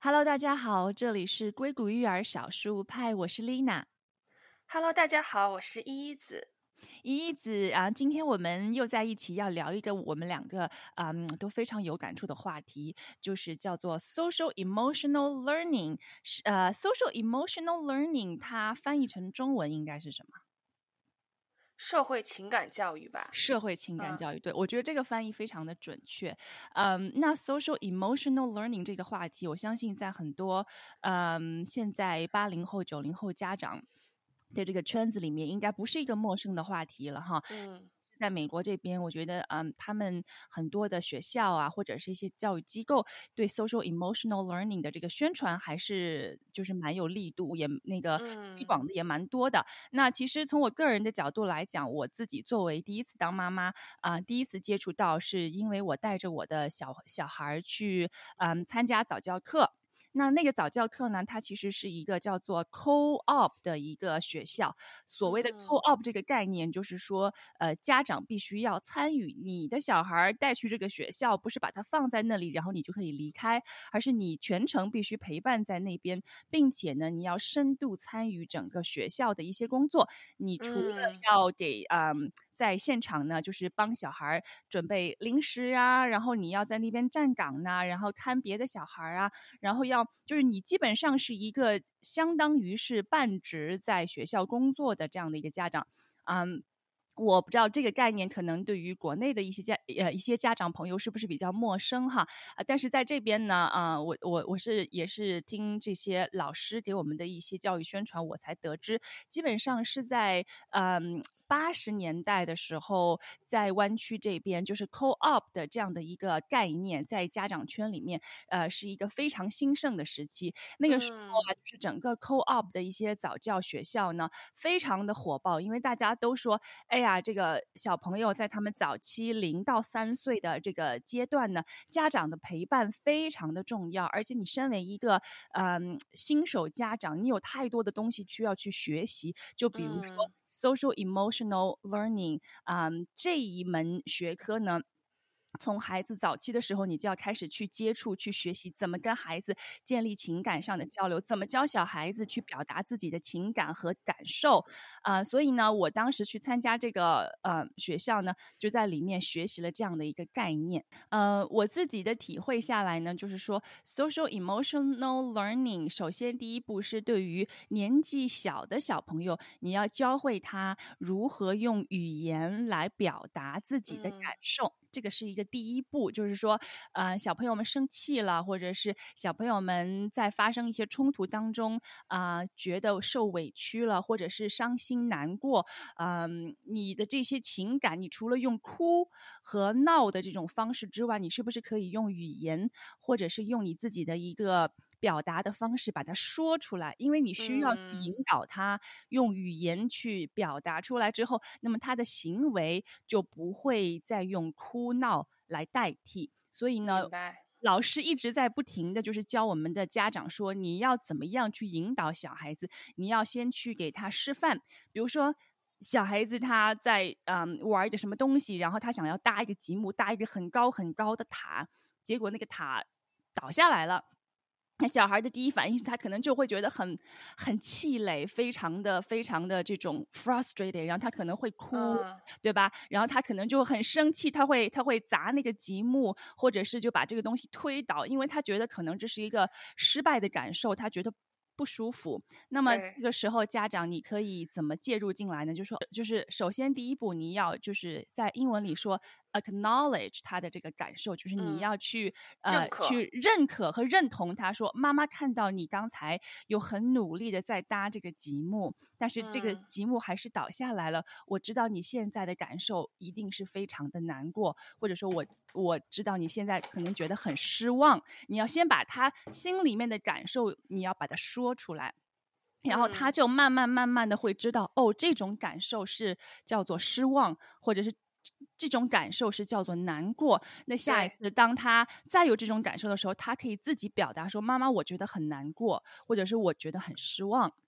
Hello，大家好，这里是硅谷育儿少数派，我是 Lina。 Hello，大家好，我是依依子。 依依子啊，今天我们又在一起要聊一个我们两个都非常有感触的话题，就是叫做 social emotional learning。social emotional learning 它翻译成中文应该是什么？ 社会情感教育吧。 社会情感嗯， 教育，对，我觉得这个翻译非常的准确。那 social emotional learning 这个话题，我相信在很多现在80后、90后家长的这个圈子里面，应该不是一个陌生的话题了哈。 嗯， 在美国这边，我觉得，他们很多的学校啊，或者是一些教育机构，对 social emotional learning 的这个宣传，还是就是蛮有力度，也那个推嗯， 广的也蛮多的。那其实从我个人的角度来讲，我自己作为第一次当妈妈第一次接触到，是因为我带着我的小孩儿去参加早教课。那个早教课呢，它其实是一个叫做 co-op 的一个学校。所谓的嗯， co-op 这个概念，就是说，家长必须要参与。你的小孩儿带去这个学校，不是把他放在那里，然后你就可以离开，而是你全程必须陪伴在那边，并且呢，你要深度参与整个学校的一些工作。你除了嗯， 要给在现场呢，就是帮小孩儿准备零食啊，然后你要在那边站岗呢，然后看别的小孩儿啊，然后就是你基本上是一个相当于是半职在学校工作的这样的一个家长。嗯，我不知道这个概念可能对于国内的一些家长朋友是不是比较陌生哈。但是在这边呢，也是听这些老师给我们的一些教育宣传，我才得知，基本上是在80年代的时候，在湾区这边就是 co-op 的这样的一个概念，在家长圈里面，是一个非常兴盛的时期。那个时候嗯， 啊，就是整个 co-op 的一些早教学校呢，非常的火爆，因为大家都说，哎呀，这个小朋友在他们早期0到3岁的这个阶段呢，家长的陪伴非常的重要，而且你身为一个新手家长，你有太多的东西需要去学习，就比如说嗯， social emotional learning，这一门学科呢。从孩子早期的时候，你就要开始去接触、去学习怎么跟孩子建立情感上的交流，怎么教小孩子去表达自己的情感和感受。所以呢，我当时去参加这个学校呢，就在里面学习了这样的一个概念。我自己的体会下来呢，就是说 social emotional learning，首先第一步是对于年纪小的小朋友，你要教会他如何用语言来表达自己的感嗯， 受。这个是一个第一步，就是说，小朋友们生气了，或者是小朋友们在发生一些冲突当中，觉得受委屈了，或者是伤心难过，你的这些情感，你除了用哭和闹的这种方式之外，你是不是可以用语言，或者是用你自己的一个表达的方式把它说出来？因为你需要去引嗯， 导他用语言去表达出来之后，那么他的行为就不会再用哭闹来代替。所以呢， 明白。 老师一直在不停的就是教我们的家长说，你要怎么样去引导小孩子，你要先去给他示范。比如说小孩子他在玩一个什么东西，然后他想要搭一个积木，搭一个很高很高的塔，结果那个塔倒下来了。那小孩的第一反应是他可能就会觉得很气馁，非常的这种 frustrated，然后他可能会哭， 嗯， 对吧？然后他可能就很生气，他会砸那个积木，或者是就把这个东西推倒，因为他觉得可能这是一个失败的感受，他觉得不舒服。那么对， 这个时候家长你可以怎么介入进来呢？就是首先第一步你要就是在英文里说 acknowledge 他的这个感受，就是你嗯， 要去认可。 去认可和认同他说，妈妈看到你刚才有很努力的在搭这个积木，但是这个嗯， 积木还是倒下来了。我知道你现在的感受一定是非常的难过，或者说我知道你现在可能觉得很失望。你要先把他心里面的感受，你要把它说出来。然后他嗯， 就慢慢的会知道，哦，这种感受是叫做失望，或者是这种感受是叫做难过。那下一对， 次当他再有这种感受的时候，他可以自己表达说：“妈妈，我觉得很难过，或者是我觉得很失望。”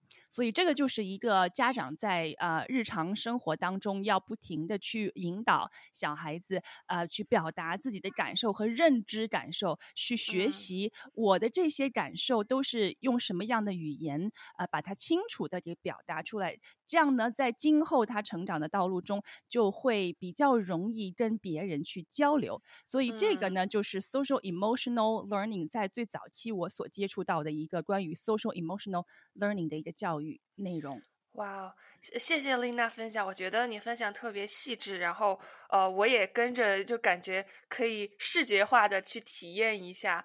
所以这个就是一个家长在日常生活当中要不停的去引导小孩子去表达自己的感受和认知感受，去学习我的这些感受都是用什么样的语言把它清楚的给表达出来，这样呢在今后他成长的道路中就会比较容易跟别人去交流。所以这个呢就是 social emotional learning 在最早期我所接触到的一个关于 social emotional learning 的一个教育内容。 哇，谢谢丽娜分享，我觉得你分享特别细致，然后我也跟着就感觉可以视觉化的去体验一下。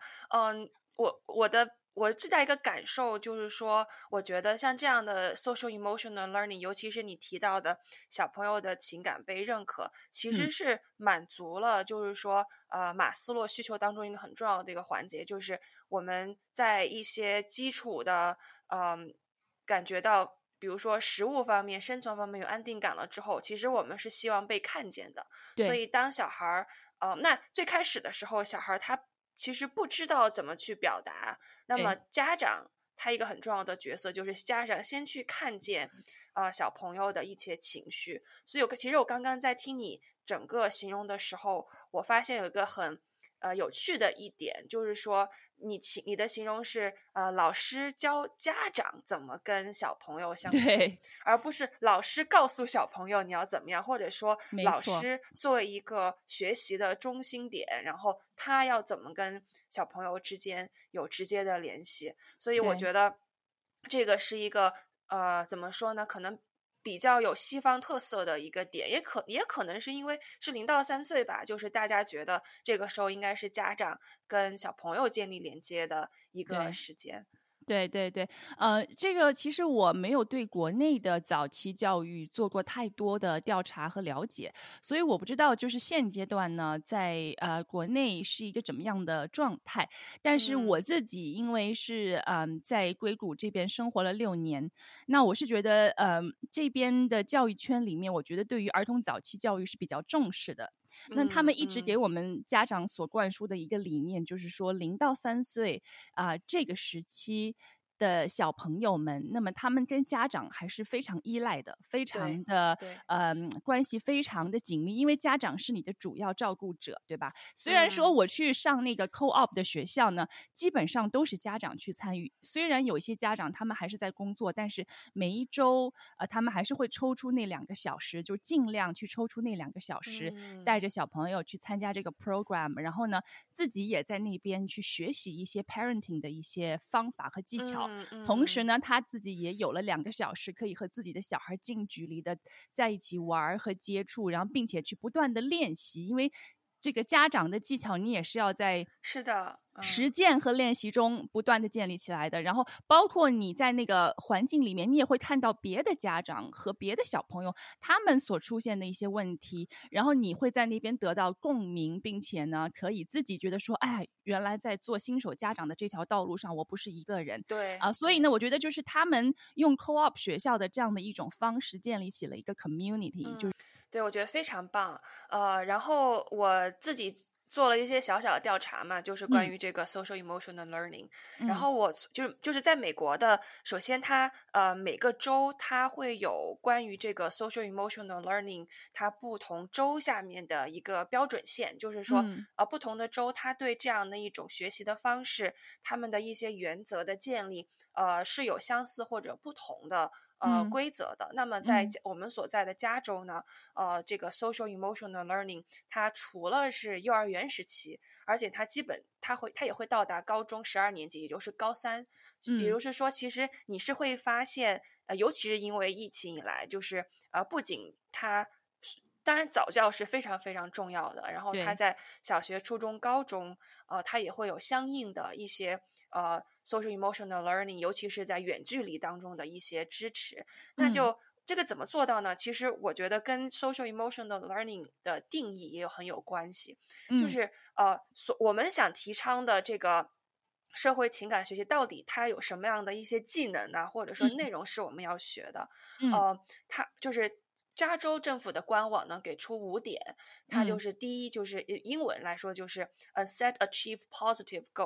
我最大一个感受就是说，我觉得像这样的 social emotional learning，尤其是你提到的小朋友的情感被认可，其实是满足了，就是说马斯洛需求当中一个很重要的一个环节，就是我们在一些基础的感觉到。比如说食物方面、生存方面有安定感了之后，其实我们是希望被看见的。所以当小孩儿，那最开始的时候，小孩儿他其实不知道怎么去表达。那么家长他一个很重要的角色就是家长先去看见，小朋友的一些情绪。所以其实我刚刚在听你整个形容的时候，我发现有一个很有趣的一点，就是说你的形容是老师教家长怎么跟小朋友相处，而不是老师告诉小朋友你要怎么样，或者说老师作为一个学习的中心点，然后他要怎么跟小朋友之间有直接的联系。所以我觉得这个是一个怎么说呢，可能比较有西方特色的一个点，也可能是因为是0到3岁吧，就是大家觉得这个时候应该是家长跟小朋友建立连接的一个时间。 对对对，这个其实我没有对国内的早期教育做过太多的调查和了解，所以我不知道就是现阶段呢，在国内是一个怎么样的状态。但是我自己因为是在硅谷这边生活了6年，那我是觉得这边的教育圈里面，我觉得对于儿童早期教育是比较重视的。那他们一直给我们家长所灌输的一个理念，就是说0到3岁这个时期的小朋友们，那么他们跟家长还是非常依赖的，非常的关系非常的紧密，因为家长是你的主要照顾者，对吧？虽然说我去上那个 co-op 的学校呢，基本上都是家长去参与，虽然有一些家长他们还是在工作，但是每一周他们还是会抽出那2个小时，就尽量去抽出那2个小时，带着小朋友去参加这个 program， 然后呢自己也在那边去学习一些 parenting 的一些方法和技巧。同时呢他自己也有了2个小时可以和自己的小孩近距离的在一起玩和接触，然后并且去不断的练习，因为这个家长的技巧你也是要在实践和练习中不断的建立起来的。然后包括你在那个环境里面，你也会看到别的家长和别的小朋友他们所出现的一些问题，然后你会在那边得到共鸣，并且呢可以自己觉得说，哎，原来在做新手家长的这条道路上我不是一个人。所以呢我觉得就是他们用 co-op 学校的这样的一种方式建立起了一个 community， 对，我觉得非常棒。然后我自己做了一些小小的调查嘛，就是关于这个 social emotional learning。然后我就是在美国的，首先它每个州它会有关于这个 social emotional learning 它不同州下面的一个标准线，就是说不同的州它对这样的一种学习的方式，他们的一些原则的建立是有相似或者不同的规则的。那么在我们所在的加州呢，这个 social emotional learning 它除了是幼儿园时期，而且它它也会到达高中12年级，也就是高3。比如是说其实你是会发现尤其是因为疫情以来，就是不仅它当然早教是非常非常重要的，然后它在小学、初中、高中它也会有相应的一些social emotional learning， 尤其是在远距离当中的一些支持。那就这个怎么做到呢？其实我觉得跟 social emotional learning 的定义也很有关系。就是我们想提倡的这个社会情感学习到底它有什么样的一些技能呢？或者说内容是我们要学的？它就是加州政府的官网呢给出5点，它就是第一就是英文来说就是set achieve positive goals，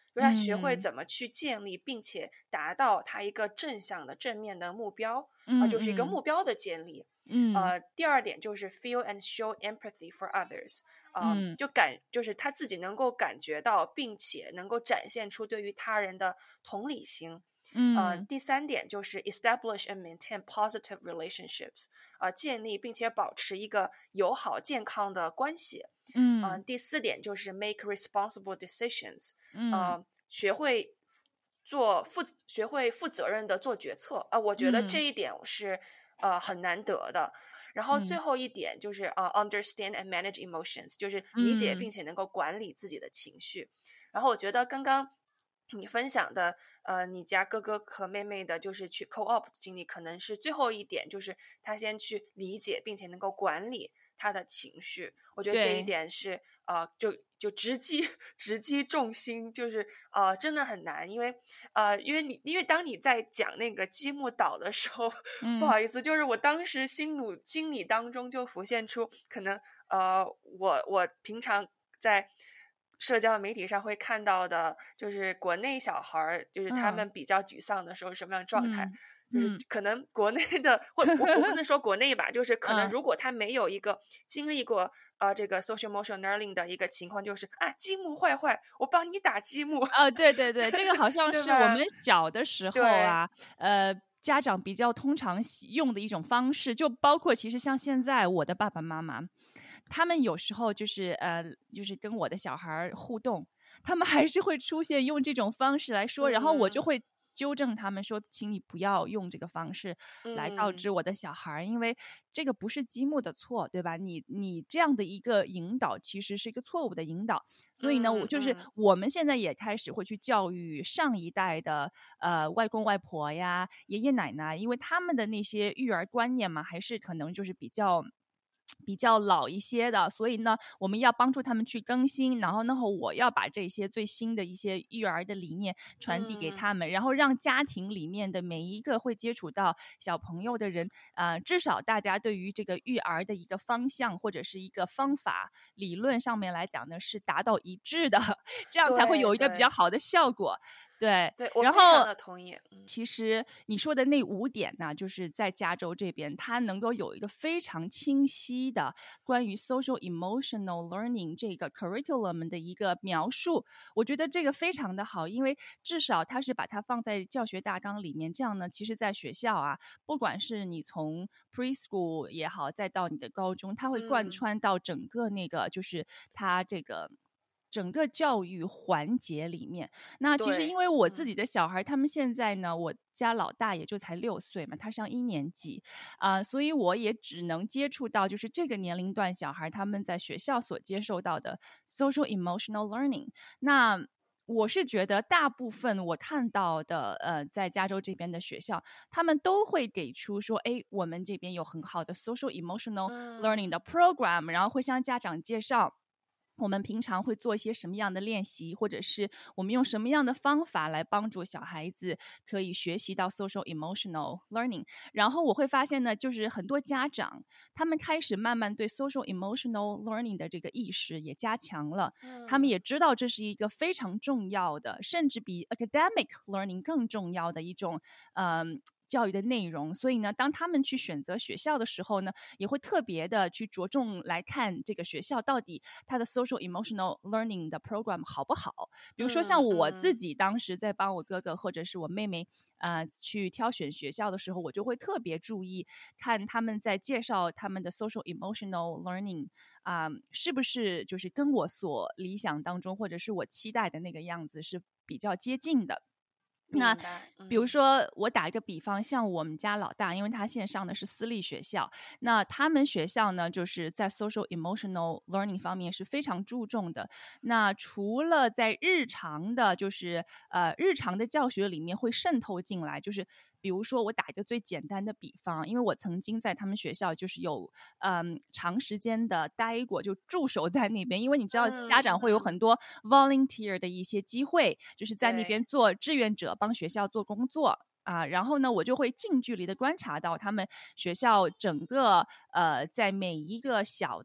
就是他学会怎么去建立并且达到他一个正向的正面的目标就是一个目标的建立。第二点就是 feel and show empathy for others，就是他自己能够感觉到并且能够展现出对于他人的同理心。第三点就是 establish and maintain positive relationships，建立并且保持一个友好健康的关系。第四点就是 make responsible decisions，学会负责任的做决策。我觉得这一点是很难得的。然后最后一点就是understand and manage emotions，就是理解并且能够管理自己的情绪。然后我觉得刚刚你分享的你家哥哥和妹妹的就是去 co-op 的经历，可能是最后一点，就是他先去理解并且能够管理他的情绪。我觉得这一点是就直击重心，就是真的很难。因为当你在讲那个积木岛的时候，不好意思，就是我当时心里当中就浮现出可能我平常在社交媒体上会看到的，就是国内小孩就是他们比较沮丧的时候什么样的状态。就是可能国内的我不能说国内吧，就是可能如果他没有一个经历过这个 social emotional learning 的一个情况，就是积木坏，我帮你打积木。 对，这个好像是我们小的时候啊家长比较通常用的一种方式，就包括其实像现在我的爸爸妈妈，他们有时候就是跟我的小孩互动，他们还是会出现用这种方式来说，然后我就会纠正他们说，请你不要用这个方式来告知我的小孩，因为这个不是积木的错，对吧？你这样的一个引导其实是一个错误的引导。所以呢，我们现在也开始会去教育上一代的外公外婆呀、爷爷奶奶，因为他们的那些育儿观念嘛，还是可能就是比较老一些的，所以呢，我们要帮助他们去更新，然后我要把这些最新的一些育儿的理念传递给他们，然后让家庭里面的每一个会接触到小朋友的人，至少大家对于这个育儿的一个方向或者是一个方法理论上面来讲呢，是达到一致的，这样才会有一个比较好的效果。对， 我非常的同意。 其实你说的那5点呢，就是在加州这边，它能够有一个非常清晰的关于 social emotional learning 这个 curriculum 的一个描述。我觉得这个非常的好，因为至少它是把它放在教学大纲里面，这样呢，其实在学校啊，不管是你从 preschool 也好，再到你的高中，它会贯穿到整个那个就是它这个整个教育环节里面。那其实因为我自己的小孩他们现在呢，我家老大也就才6岁嘛，他上1年级所以我也只能接触到就是这个年龄段小孩他们在学校所接受到的 social emotional learning。那我是觉得大部分我看到的在加州这边的学校，他们都会给出说，我们这边有很好的 social emotional learning 的 program，然后会向家长介绍我们平常会做一些什么样的练习，或者是我们用什么样的方法来帮助小孩子可以学习到 social emotional learning。 然后我会发现呢，就是很多家长他们开始慢慢对 social emotional learning 的这个意识也加强了，他们也知道这是一个非常重要的，甚至比 academic learning 更重要的一种教育的内容。所以呢，当他们去选择学校的时候呢，也会特别的去着重来看这个学校到底它的 social emotional learning 的 program 好不好。比如说像我自己当时在帮我哥哥或者是我妹妹去挑选学校的时候，我就会特别注意看他们在介绍他们的 social emotional learning是不是就是跟我所理想当中或者是我期待的那个样子是比较接近的。那比如说我打一个比方，像我们家老大，因为他现在上的是私立学校，那他们学校呢就是在 social emotional learning 方面是非常注重的。那除了在日常的就是日常的教学里面会渗透进来，就是比如说我打一个最简单的比方，因为我曾经在他们学校就是有长时间的待过，就驻守在那边。因为你知道家长会有很多 volunteer 的一些机会，就是在那边做志愿者，帮学校做工作然后呢，我就会近距离的观察到他们学校整个在每一个小的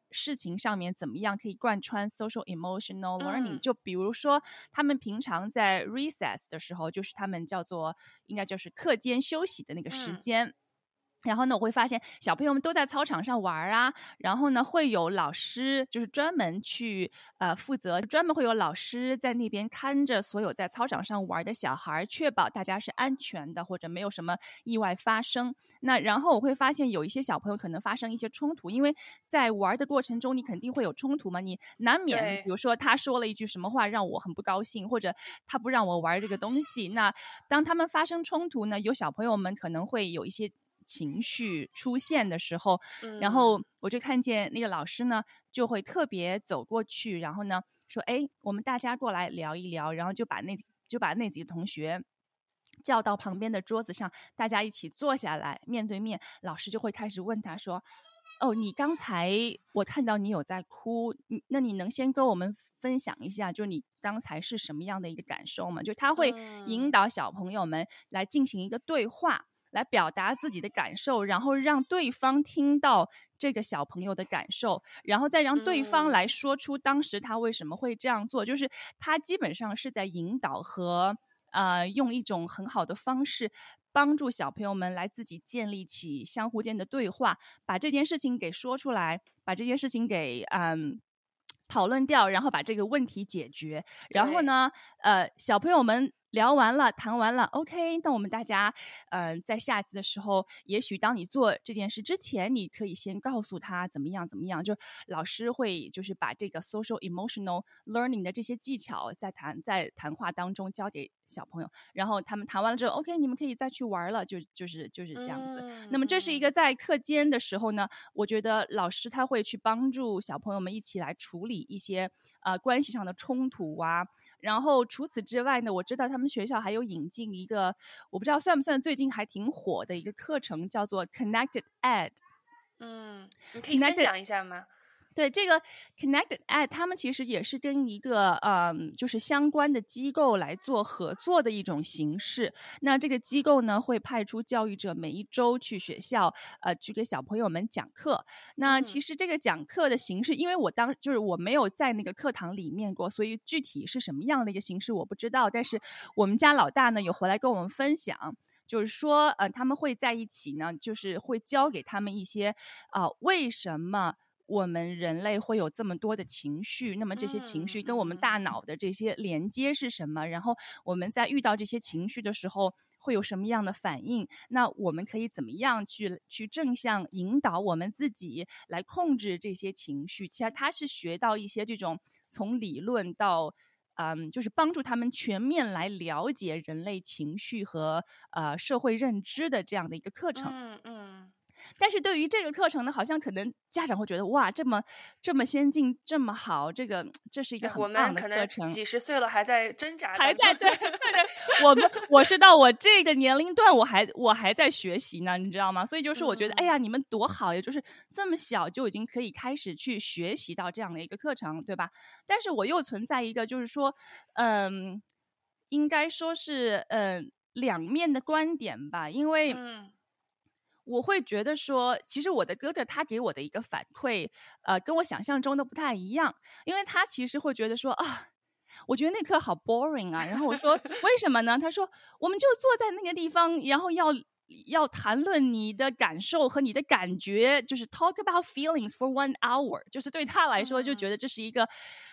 事情上面怎么样可以贯穿 social emotional learning，就比如说他们平常在 recess 的时候，就是他们叫做应该就是课间休息的那个时间。然后呢，我会发现小朋友们都在操场上玩啊，然后呢，会有老师就是专门去负责，专门会有老师在那边看着所有在操场上玩的小孩，确保大家是安全的，或者没有什么意外发生。那然后我会发现有一些小朋友可能发生一些冲突，因为在玩的过程中你肯定会有冲突嘛，你难免比如说他说了一句什么话让我很不高兴，或者他不让我玩这个东西，那当他们发生冲突呢，有小朋友们可能会有一些情绪出现的时候，然后我就看见那个老师呢就会特别走过去，然后呢说我们大家过来聊一聊，然后就把那几个同学叫到旁边的桌子上，大家一起坐下来面对面，老师就会开始问他说，你刚才我看到你有在哭，那你能先跟我们分享一下，就你刚才是什么样的一个感受吗？就他会引导小朋友们来进行一个对话，来表达自己的感受，然后让对方听到这个小朋友的感受，然后再让对方来说出当时他为什么会这样做，就是他基本上是在引导和用一种很好的方式帮助小朋友们来自己建立起相互间的对话，把这件事情给说出来，把这件事情给讨论掉，然后把这个问题解决。然后呢小朋友们聊完了谈完了 OK， 那我们大家在下次的时候，也许当你做这件事之前，你可以先告诉他怎么样怎么样，就老师会就是把这个 social emotional learning 的这些技巧在谈话当中教给小朋友，然后他们谈完了之后 OK， 你们可以再去玩了，就是这样子。那么这是一个在课间的时候呢，我觉得老师他会去帮助小朋友们一起来处理一些关系上的冲突啊。然后除此之外呢，我知道他们学校还有引进一个我不知道算不算最近还挺火的一个课程，叫做 Connected Ed。 你可以分享一下吗？ 对，这个 Connected Ed 他们其实也是跟一个就是相关的机构来做合作的一种形式。那这个机构呢会派出教育者每一周去学校去给小朋友们讲课。那其实这个讲课的形式，因为我没有在那个课堂里面过，所以具体是什么样的一个形式我不知道。但是我们家老大呢有回来跟我们分享，就是说他们会在一起呢，就是会教给他们一些为什么我们人类会有这么多的情绪，那么这些情绪跟我们大脑的这些连接是什么，然后我们在遇到这些情绪的时候会有什么样的反应，那我们可以怎么样去正向引导我们自己来控制这些情绪。其实他是学到一些这种从理论到就是帮助他们全面来了解人类情绪和社会认知的这样的一个课程。但是对于这个课程呢，好像可能家长会觉得哇，这么先进，这么好，这是一个很棒的课程。 我们可能几十岁了还在挣扎， 还在对，我是到我这个年龄段，我还在学习呢，你知道吗？所以就是我觉得，哎呀，你们多好呀，就是这么小就已经可以开始去学习到这样的一个课程，对吧？但是我又存在一个，就是说，应该说是两面的观点吧，因为我会觉得说，其实我的哥哥他给我的一个反馈，跟我想象中的不太一样，因为他其实会觉得说我觉得那课好 boring 啊。然后我说为什么呢？他说我们就坐在那个地方，然后要谈论你的感受和你的感觉，就是 talk about feelings for 1 hour， 就是对他来说就觉得这是一个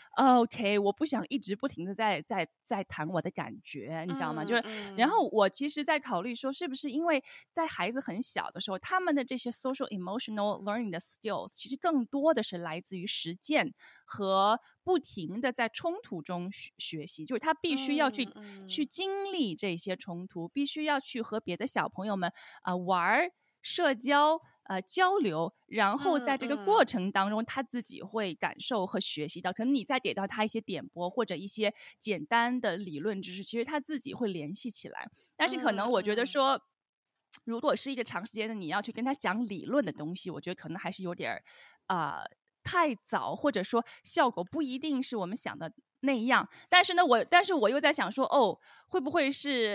OK， 我不想一直不停的在谈我的感觉，你知道吗？就是，然后我其实在考虑说，是不是因为在孩子很小的时候，他们的这些 social emotional learning 的 skills， 其实更多的是来自于实践和不停的在冲突中学习，就是他必须要去经历这些冲突，必须要去和别的小朋友们玩社交。交流，然后在这个过程当中他自己会感受和学习到，可能你再给到他一些点拨或者一些简单的理论知识，其实他自己会联系起来。但是可能我觉得说如果是一个长时间的你要去跟他讲理论的东西，我觉得可能还是有点太早，或者说效果不一定是我们想的那样。但是我又在想说会不会是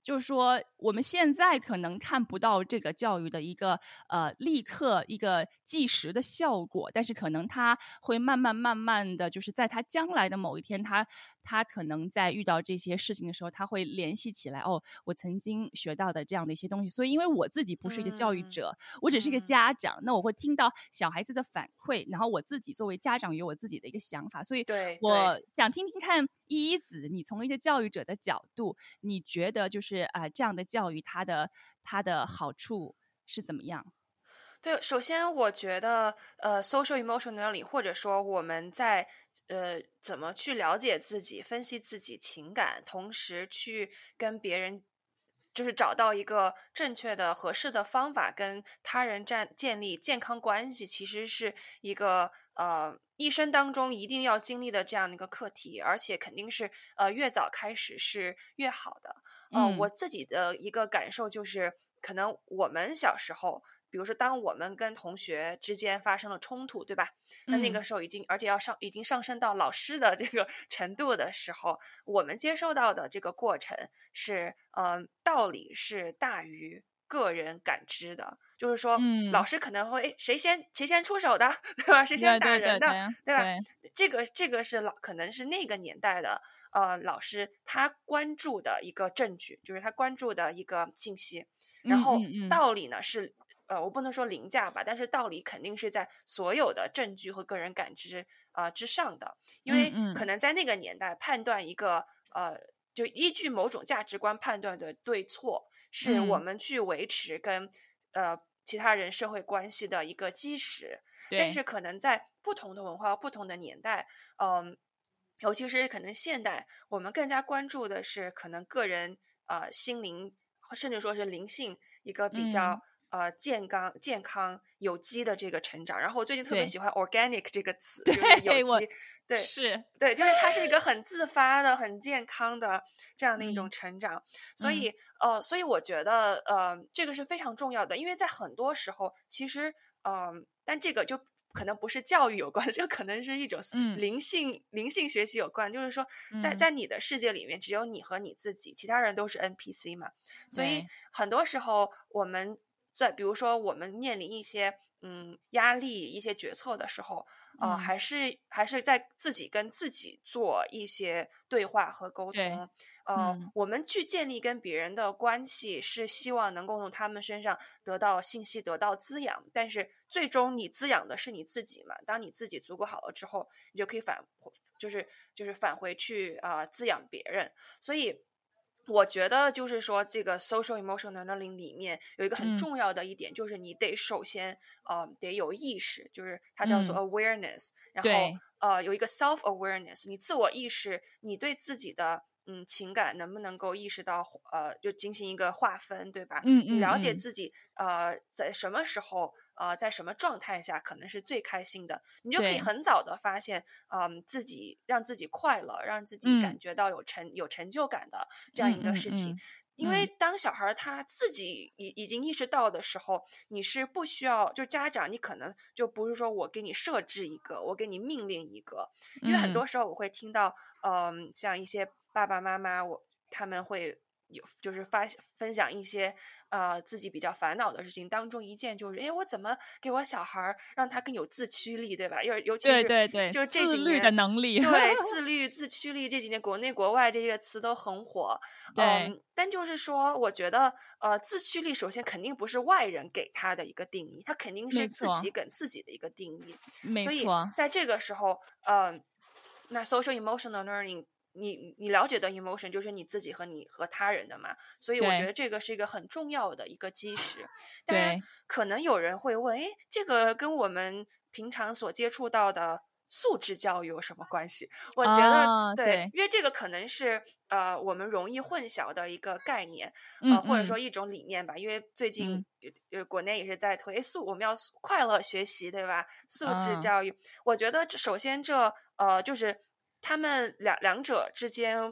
就是说我们现在可能看不到这个教育的一个立刻一个即时的效果，但是可能它会慢慢的，就是在他将来的某一天，他可能在遇到这些事情的时候，他会联系起来，哦，我曾经学到的这样的一些东西。所以因为我自己不是一个教育者，我只是一个家长，那我会听到小孩子的反馈，然后我自己作为家长有我自己的一个想法，所以我想听听看依依子，你从一个教育者的角度，你觉得就是这样的教育它的好处是怎么样？ 对，首先我觉得social emotional learning，或者说我们在怎么去了解自己、分析自己情感，同时去跟别人就是找到一个正确的、合适的方法，跟他人建立健康关系，其实是一个一生当中一定要经历的这样的一个课题，而且肯定是越早开始是越好的。我自己的一个感受就是，可能我们小时候，比如说当我们跟同学之间发生了冲突，对吧？那个时候而且已经上升到老师的这个程度的时候，我们接受到的这个过程是，道理是大于个人感知的。就是说，老师可能会，谁先出手的，对吧？谁先打人的，对吧？这个是可能是那个年代的老师他关注的一个证据，就是他关注的一个信息。然后道理呢是我不能说凌驾吧，但是道理肯定是在所有的证据和个人感知之上的。因为可能在那个年代判断一个就依据某种价值观判断的对错，是我们去维持跟其他人社会关系的一个基石。但是可能在不同的文化、不同的年代，尤其是可能现代，我们更加关注的是可能个人心灵，甚至说是灵性一个比较健康有机的这个成长。然后我最近特别喜欢 organic 这个词，就是有机。对，对，就是它是一个很自发的、很健康的这样的一种成长。所以我觉得这个是非常重要的，因为在很多时候其实但这个就可能不是教育有关的，这可能是一种灵性学习有关。就是说在你的世界里面只有你和你自己，其他人都是 NPC 嘛。所以很多时候我们比如说我们面临一些压力、一些决策的时候，还是在自己跟自己做一些对话和沟通。我们去建立跟别人的关系，是希望能够从他们身上得到信息、得到滋养。但是最终你滋养的是你自己嘛？当你自己足够好了之后，你就可以就是返回去滋养别人。所以我觉得就是说，这个 social emotional learning 里面有一个很重要的一点，就是你得首先得有意识，就是它叫做 awareness，然后有一个 self awareness， 你自我意识，你对自己的情感能不能够意识到就进行一个划分，对吧？你了解自己在什么时候在什么状态下可能是最开心的，你就可以很早的发现自己让自己快乐，让自己感觉到有成就感的这样一个事情。因为当小孩他自己已经意识到的时候，你是不需要，就家长你可能就不是说我给你设置一个，我给你命令一个。因为很多时候我会听到像一些爸爸妈妈他们会就是分享一些自己比较烦恼的事情，当中一件就是我怎么给我小孩让他更有自驱力，对吧？尤其是就是这几年自律的能力， 对，自律自驱力这几年国内国外这些词都很火。但就是说我觉得自驱力首先肯定不是外人给他的一个定义，他肯定是自己给自己的一个定义。所以在这个时候那 social emotional learning， 你了解的 emotion 就是你自己和他人的嘛，所以我觉得这个是一个很重要的一个基石。当然可能有人会问，这个跟我们平常所接触到的素质教育有什么关系？我觉得对，因为这个可能是我们容易混淆的一个概念，或者说一种理念吧。因为最近国内也是在推我们要快乐学习，对吧？素质教育，我觉得首先就是他们两者之间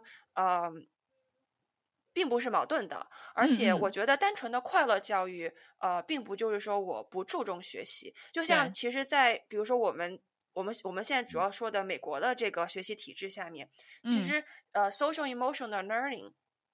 并不是矛盾的。而且我觉得单纯的快乐教育并不就是说我不注重学习。就像其实在比如说我们现在主要说的美国的这个学习体制下面，其实social emotional learning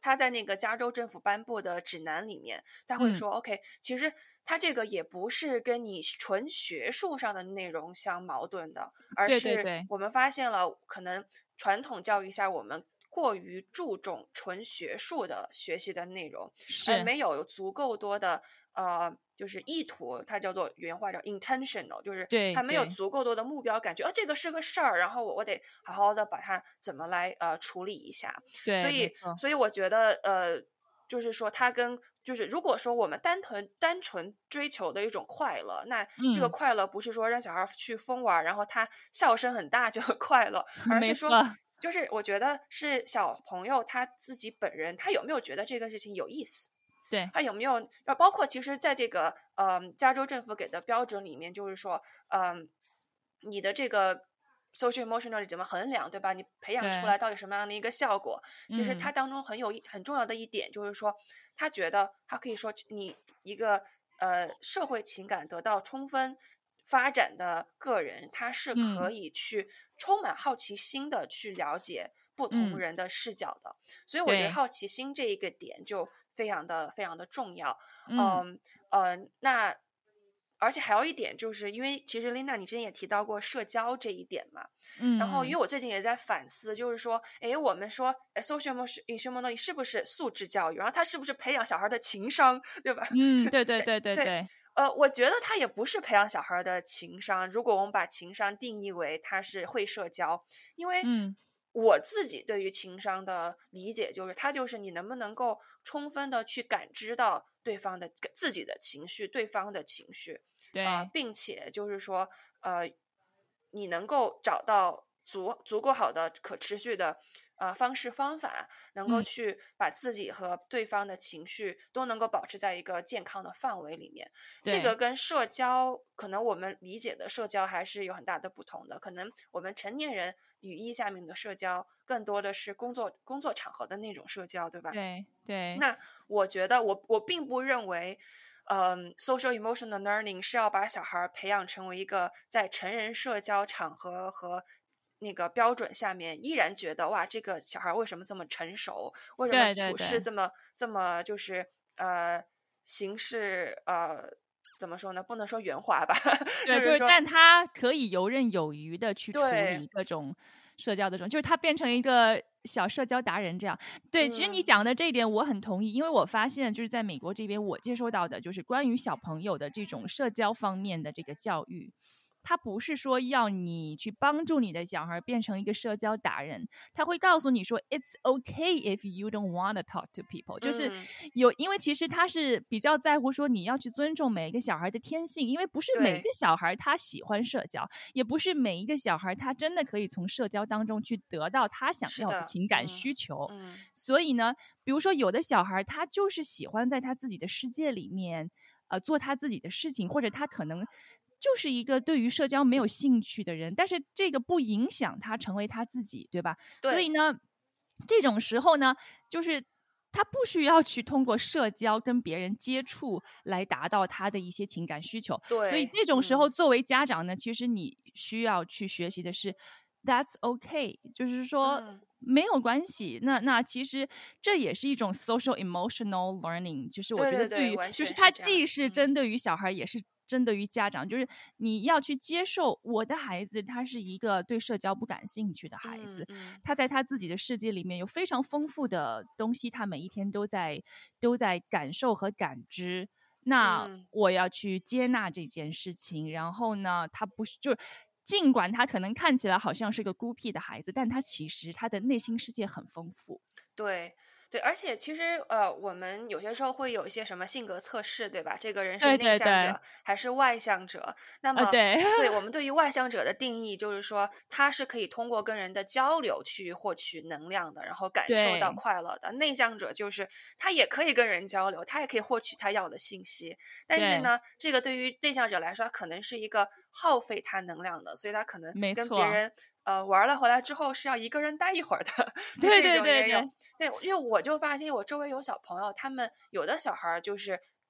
他在那个加州政府颁布的指南里面，他会说，OK，其实他这个也不是跟你纯学术上的内容相矛盾的，而是我们发现了可能传统教育下我们过于注重纯学术的学习的内容，而没有足够多的就是意图，它叫做原话叫 intentional， 就是它没有足够多的目标感觉，这个是个事儿，然后我得好好的把它怎么来处理一下。所以我觉得就是说它跟就是如果说我们单纯追求的一种快乐，那这个快乐不是说让小孩去疯玩，然后他笑声很大就很快乐，而是说就是我觉得是小朋友他自己本人他有没有觉得这个事情有意思， 对， 他有没有包括其实在这个加州政府给的标准里面，就是说你的这个 social emotional 怎么衡量，对吧？你培养出来到底什么样的一个效果？其实它当中很重要的一点就是说，他觉得他可以说你一个社会情感得到充分发展的个人，他是可以去充满好奇心的去了解不同人的视角的。所以我觉得好奇心这一个点就非常的重要。那而且还有一点就是因为其实 Lina 你之前也提到过社交这一点嘛，然后因为我最近也在反思，就是说我们说social emotional 是不是素质教育，然后它是不是培养小孩的情商，对吧？ 对我觉得它也不是培养小孩的情商，如果我们把情商定义为它是会社交，因为我自己对于情商的理解就是它就是你能不能够充分的去感知到对方的自己的情绪，对方的情绪，并且就是说你能够找到足够好的可持续的方式方法，能够去把自己和对方的情绪都能够保持在一个健康的范围里面。这个跟社交可能我们理解的社交还是有很大的不同的，可能我们成年人语义下面的社交更多的是工作场合的那种社交，对吧？ 对。 那我觉得我并不认为social emotional learning 是要把小孩培养成为一个在成人社交场合和那个标准下面依然觉得哇这个小孩为什么这么成熟，为什么处事这么就是行事怎么说呢，不能说圆滑吧就是说但他可以游刃有余的去处理各种社交的就是他变成一个小社交达人这样。对，其实你讲的这一点我很同意，因为我发现就是在美国这边我接收到的就是关于小朋友的这种社交方面的这个教育，他不是说要你去帮助你的小孩变成一个社交达人，他会告诉你说 It's okay if you don't want to talk to people， 就是因为其实他是比较在乎说你要去尊重每一个小孩的天性，因为不是每个小孩他喜欢社交，也不是每一个小孩他真的可以从社交当中去得到他想要的情感需求。所以呢比如说有的小孩他就是喜欢在他自己的世界里面做他自己的事情，或者他可能就是一个对于社交没有兴趣的人，但是这个不影响他成为他自己，对吧？所以呢这种时候呢就是他不需要去通过社交跟别人接触来达到他的一些情感需求。所以这种时候作为家长呢其实你需要去学习的是 That's okay， 就是说没有关系，那其实这也是一种 social emotional learning， 就是我觉得对于就是它既是针对于小孩也是针对于家长，就是你要去接受我的孩子他是一个对社交不感兴趣的孩子，他在他自己的世界里面有非常丰富的东西，他每一天都在感受和感知，那我要去接纳这件事情，然后呢他不是就是尽管他可能看起来好像是个孤僻的孩子，但他其实他的内心世界很丰富。 对，而且其实我们有些时候会有一些什么性格测试，对吧？这个人是内向者还是外向者？那么对我们对于外向者的定义就是说他是可以通过跟人的交流去获取能量的，然后感受到快乐的。内向者就是他也可以跟人交流，他也可以获取他要的信息，但是呢这个对于内向者来说可能是一个耗费他能量的，所以他可能跟别人玩了回来之后是要一个人待一会儿的。对，因为我就发现我周围有小朋友，他们有的小孩就是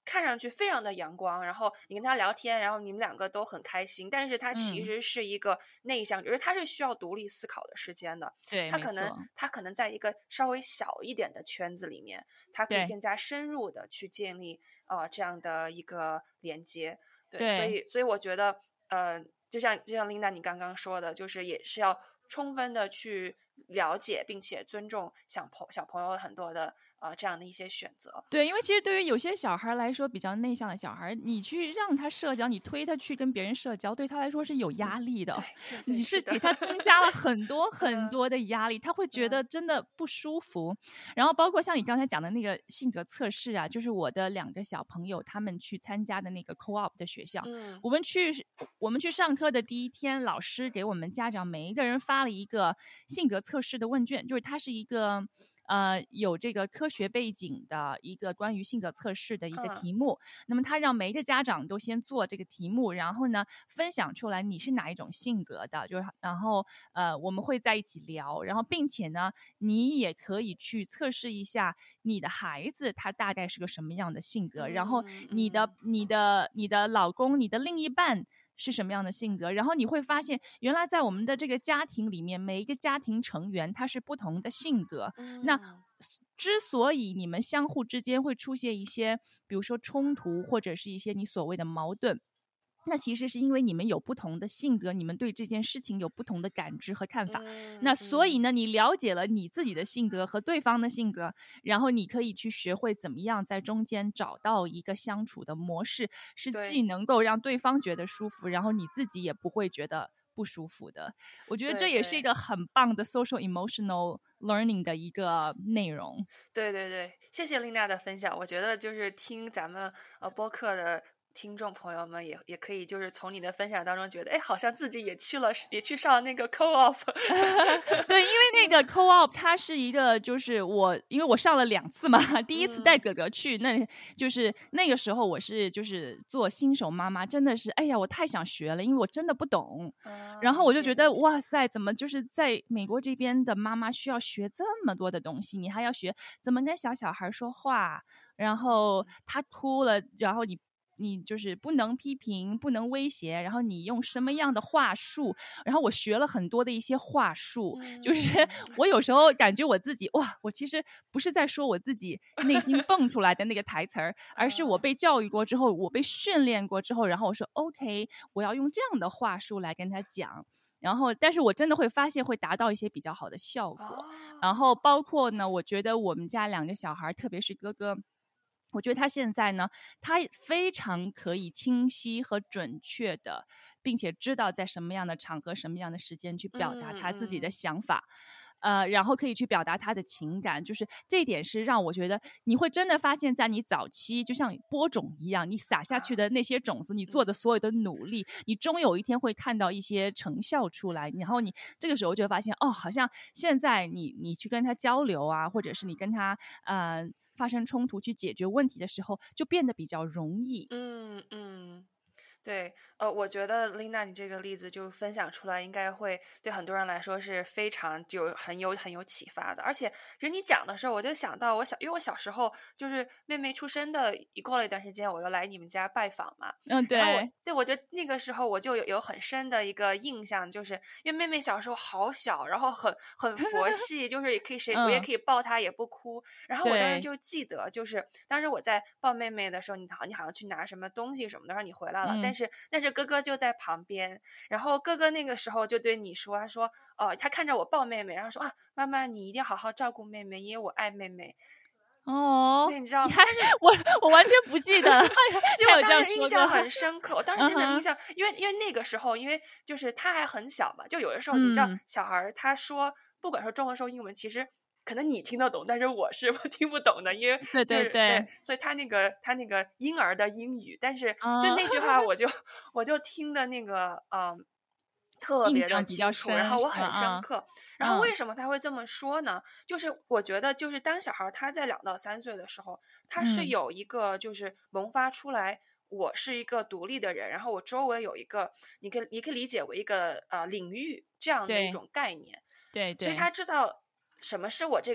看上去非常的阳光，然后你跟他聊天，然后你们两个都很开心，但是他其实是一个内向，就是他是需要独立思考的时间的。 对， 他可能在一个稍微小一点的圈子里面，他可以更加深入的去建立这样的一个连接。对，所以我觉得就像琳达你刚刚说的，就是也是要充分的去了解并且尊重小朋友很多的这样的一些选择。 对，因为其实对于有些小孩来说，比较内向的小孩，你去让他社交，你推他去跟别人社交，对他来说是有压力的。 对， 你是给他增加了很多很多的压力，他会觉得真的不舒服。然后包括像你刚才讲的那个性格测试啊，就是我的2个小朋友他们去参加的那个 co-op 的学校，我们去上课的第一天，老师给我们家长每一个人发了一个性格测试的问卷，就是它是一个有这个科学背景的一个关于性格测试的一个题目。那么他让每一个家长都先做这个题目，然后呢分享出来你是哪一种性格的，就是然后我们会在一起聊，然后并且呢你也可以去测试一下你的孩子他大概是个什么样的性格，然后你的老公你的另一半是什么样的性格，然后你会发现原来在我们的这个家庭里面，每一个家庭成员他是不同的性格。那之所以你们相互之间会出现一些比如说冲突，或者是一些你所谓的矛盾，那其实是因为你们有不同的性格，你们对这件事情有不同的感知和看法。那所以呢你了解了你自己的性格和对方的性格，然后你可以去学会怎么样在中间找到一个相处的模式，是既能够让对方觉得舒服，然后你自己也不会觉得不舒服的。我觉得这也是一个很棒的 social emotional learning 的一个内容。 对，谢谢琳娜的分享。我觉得就是听咱们播客的听众朋友们也可以就是从你的分享当中觉得，哎，好像自己也去上那个 co-op 对，因为那个 co-op 它是一个就是因为我上了2次嘛，第一次带哥哥去，那就是那个时候我是就是做新手妈妈，真的是哎呀我太想学了，因为我真的不懂。然后我就觉得哇塞，怎么就是在美国这边的妈妈需要学这么多的东西，你还要学怎么跟小孩说话，然后他哭了，然后你就是不能批评，不能威胁，然后你用什么样的话术，然后我学了很多的一些话术，就是我有时候感觉我自己哇，我其实不是在说我自己内心蹦出来的那个台词儿，而是我被教育过之后，我被训练过之后，然后我说 OK 我要用这样的话术来跟他讲，然后但是我真的会发现会达到一些比较好的效果。然后包括呢我觉得我们家2个小孩，特别是哥哥，我觉得他现在呢他非常可以清晰和准确的并且知道在什么样的场合什么样的时间去表达他自己的想法，然后可以去表达他的情感，就是这一点是让我觉得你会真的发现在你早期就像播种一样，你撒下去的那些种子，你做的所有的努力，你终有一天会看到一些成效出来，然后你这个时候就会发现哦，好像现在你去跟他交流啊，或者是你跟他发生冲突去解决问题的时候就变得比较容易。 对，我觉得琳娜你这个例子就分享出来，应该会对很多人来说是非常就很有启发的。而且其实你讲的时候，我就想到因为我小时候就是妹妹出生的，过了一段时间，我又来你们家拜访嘛。 对。 然后我觉得那个时候我就有很深的一个印象，就是因为妹妹小时候好小，然后很佛系，就是也可以我也可以抱她也不哭。然后我当时就记得，就是当时我在抱妹妹的时候，你好像去拿什么东西什么的，然后你回来了，但是哥哥就在旁边，然后哥哥那个时候就对你说，他说他看着我抱妹妹，然后说啊，妈妈你一定要好好照顾妹妹，因为我爱妹妹。那你知道，但是我完全不记得了。 就我当时印象很深刻，我当时真的印象，因为那个时候，因为就是他还很小嘛，就有的时候你知道，小孩他说不管说中文说英文，其实可能你听得懂，但是我听不懂的，因为对，所以他那个婴儿的英语，但是就那句话我就听的那个特别的清楚，然后我很深刻。然后为什么他会这么说呢？就是我觉得就是当小孩他在2到3岁的时候，他是有一个就是萌发出来我是一个独立的人，然后我周围有一个你可以理解为一个领域这样的一种概念。 对， 所以他知道什么是我这个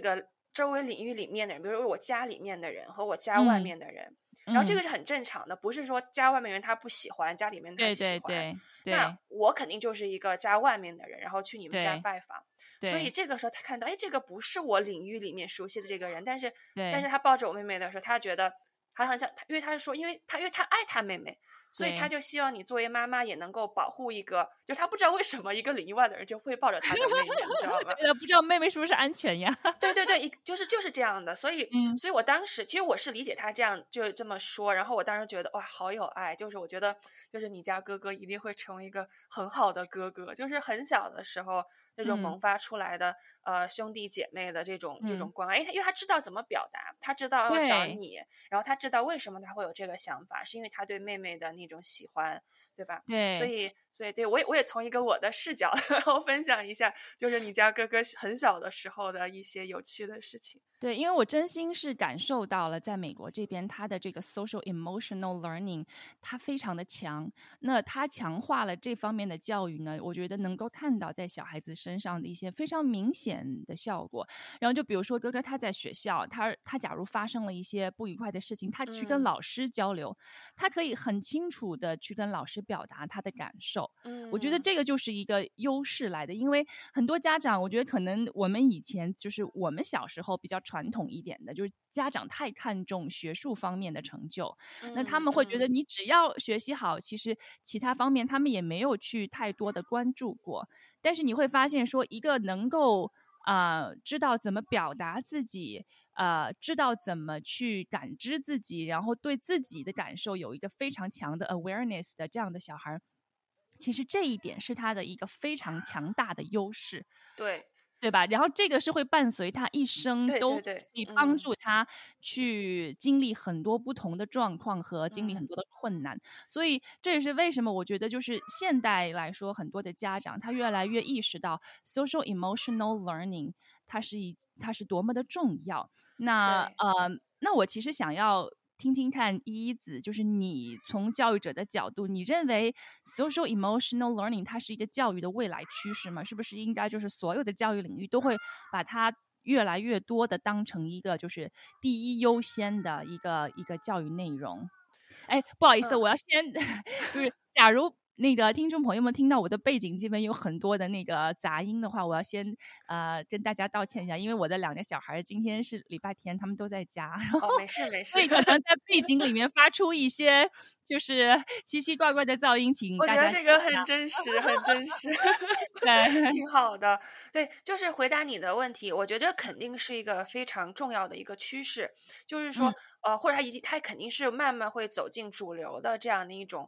周围领域里面的人，比如说我家里面的人和我家外面的人，然后这个是很正常的，不是说家外面人他不喜欢，家里面他喜欢，那我肯定就是一个家外面的人，然后去你们家拜访，所以这个时候他看到，哎，这个不是我领域里面熟悉的这个人，但是他抱着我妹妹的时候，他觉得他很想，因为他是说，因为他爱他妹妹。所以他就希望你作为妈妈也能够保护一个，就他不知道为什么一个领域外的人就会抱着他的妹妹，你知道吗？ 不知道妹妹是不是安全呀？ 对，就是这样的。所以我当时其实我是理解他这么说，然后我当时觉得哇，好有爱，就是我觉得就是你家哥哥一定会成为一个很好的哥哥，就是很小的时候那种萌发出来的兄弟姐妹的这种关爱，因为他知道怎么表达，他知道要找你，然后他知道为什么他会有这个想法，是因为他对妹妹的那种喜欢，对吧？ 对， 所以对我也从一个我的视角然后分享一下，就是你家哥哥很小的时候的一些有趣的事情。 对，因为我真心是感受到了，在美国这边，他的这个 social emotional learning 它非常的强。那他强化了这方面的教育呢，我觉得能够看到在小孩子身上的一些非常明显的效果。然后就比如说哥哥他在学校，他假如发生了一些不愉快的事情，他去跟老师交流，他可以很清楚的去跟老师表达他的感受。我觉得这个就是一个优势来的，因为很多家长，我觉得可能我们以前就是我们小时候比较传统一点的，就是家长太看重学术方面的成就，那他们会觉得你只要学习好，其实其他方面他们也没有去太多的关注过。但是你会发现说，一个能够知道怎么表达自己，知道怎么去感知自己，然后对自己的感受有一个非常强的 awareness 的这样的小孩，其实这一点是他的一个非常强大的优势，对吧？然后这个是会伴随他一生，都可以帮助他去经历很多不同的状况和经历很多的困难。所以这也是为什么我觉得就是现代来说，很多的家长他越来越意识到 social emotional learning 它是多么的重要。那我其实想要听听看依依子，就是你从教育者的角度，你认为 social emotional learning 它是一个教育的未来趋势吗？是不是应该就是所有的教育领域都会把它越来越多的当成一个就是第一优先的一个教育内容？哎，不好意思，我要先就是假如那个听众朋友们听到我的背景这边有很多的那个杂音的话，我要先跟大家道歉一下，因为我的2个小孩今天是礼拜天，他们都在家，然后没事， 所以可能在背景里面发出一些就是奇奇怪怪的噪音，请大家。 我觉得这个很真实，很真实， 对， 挺好的。对，就是回答你的问题，我觉得肯定是一个非常重要的一个趋势，就是说，或者它肯定是慢慢会走进主流的这样的一种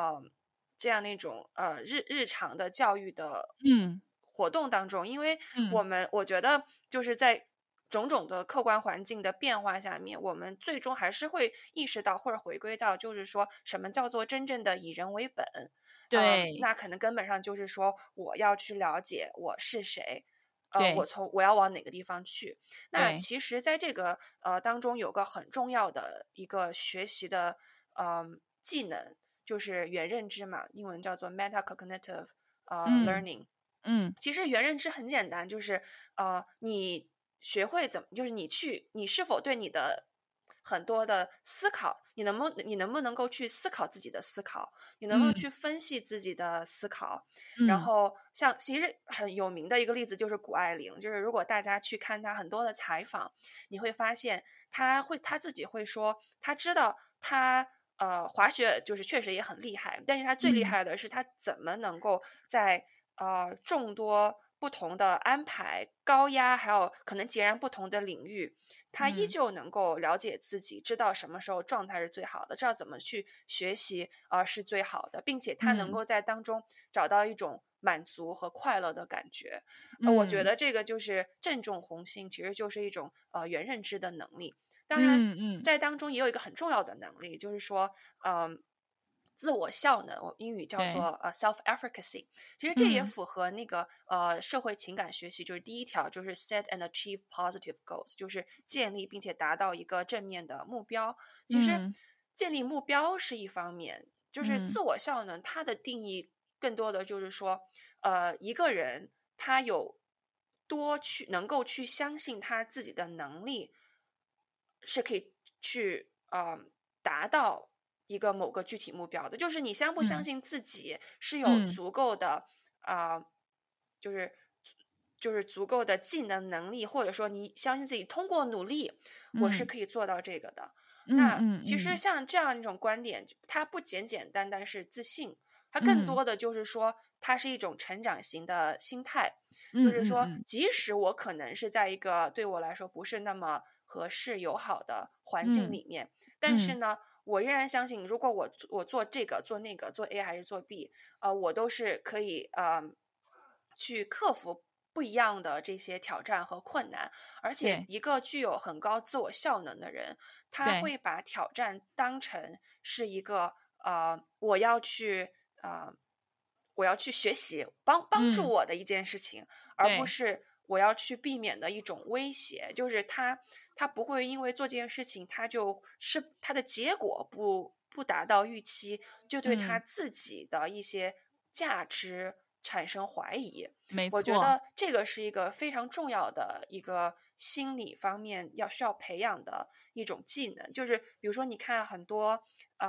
日常的教育的活动当中，因为我觉得就是在种种的客观环境的变化下面，我们最终还是会意识到或者回归到，就是说什么叫做真正的以人为本。 对， 那可能根本上就是说我要去了解我是谁， 对， 我要往哪个地方去。那其实在这个当中有个很重要的一个学习的技能，就是元认知嘛，英文叫做 metacognitive learning。其实元认知很简单，就是你学会就是你是否对你的很多的思考，你能不能够去思考自己的思考，你能不能去分析自己的思考。然后像其实很有名的一个例子就是谷爱凌，就是如果大家去看她很多的采访，你会发现她自己会说，她知道她滑雪就是确实也很厉害，但是她最厉害的是她怎么能够在众多不同的安排、高压，还有可能截然不同的领域，他依旧能够了解自己，知道什么时候状态是最好的，知道怎么去学习是最好的，并且他能够在当中找到一种满足和快乐的感觉。我觉得这个就是正中红心，其实就是一种元认知的能力。当然，在当中也有一个很重要的能力，就是说，自我效能，我英语叫做self-efficacy。其实这也符合那个社会情感学习，就是第一条，就是 set and achieve positive goals， 就是建立并且达到一个正面的目标。其实建立目标是一方面，就是自我效能，它的定义更多的就是说，一个人他有能够去相信他自己的能力是可以去达到一个某个具体目标的。就是你相不相信自己是有足够的就是足够的技能力，或者说你相信自己通过努力我是可以做到这个的。那其实像这样一种观点，它不简简单单是自信，它更多的就是说它是一种成长型的心态。就是说即使我可能是在一个对我来说不是那么合适友好的环境里面，但是呢我仍然相信，如果我做这个做那个，做 A 还是做 B，我都是可以去克服不一样的这些挑战和困难。而且一个具有很高自我效能的人，他会把挑战当成是一个我要去学习帮助我的一件事情，而不是我要去避免的一种威胁。就是他不会因为做这件事情就是他的结果不达到预期，就对他自己的一些价值产生怀疑。 没错， 我觉得这个是一个非常重要的一个心理方面需要培养的一种技能。就是比如说你看很多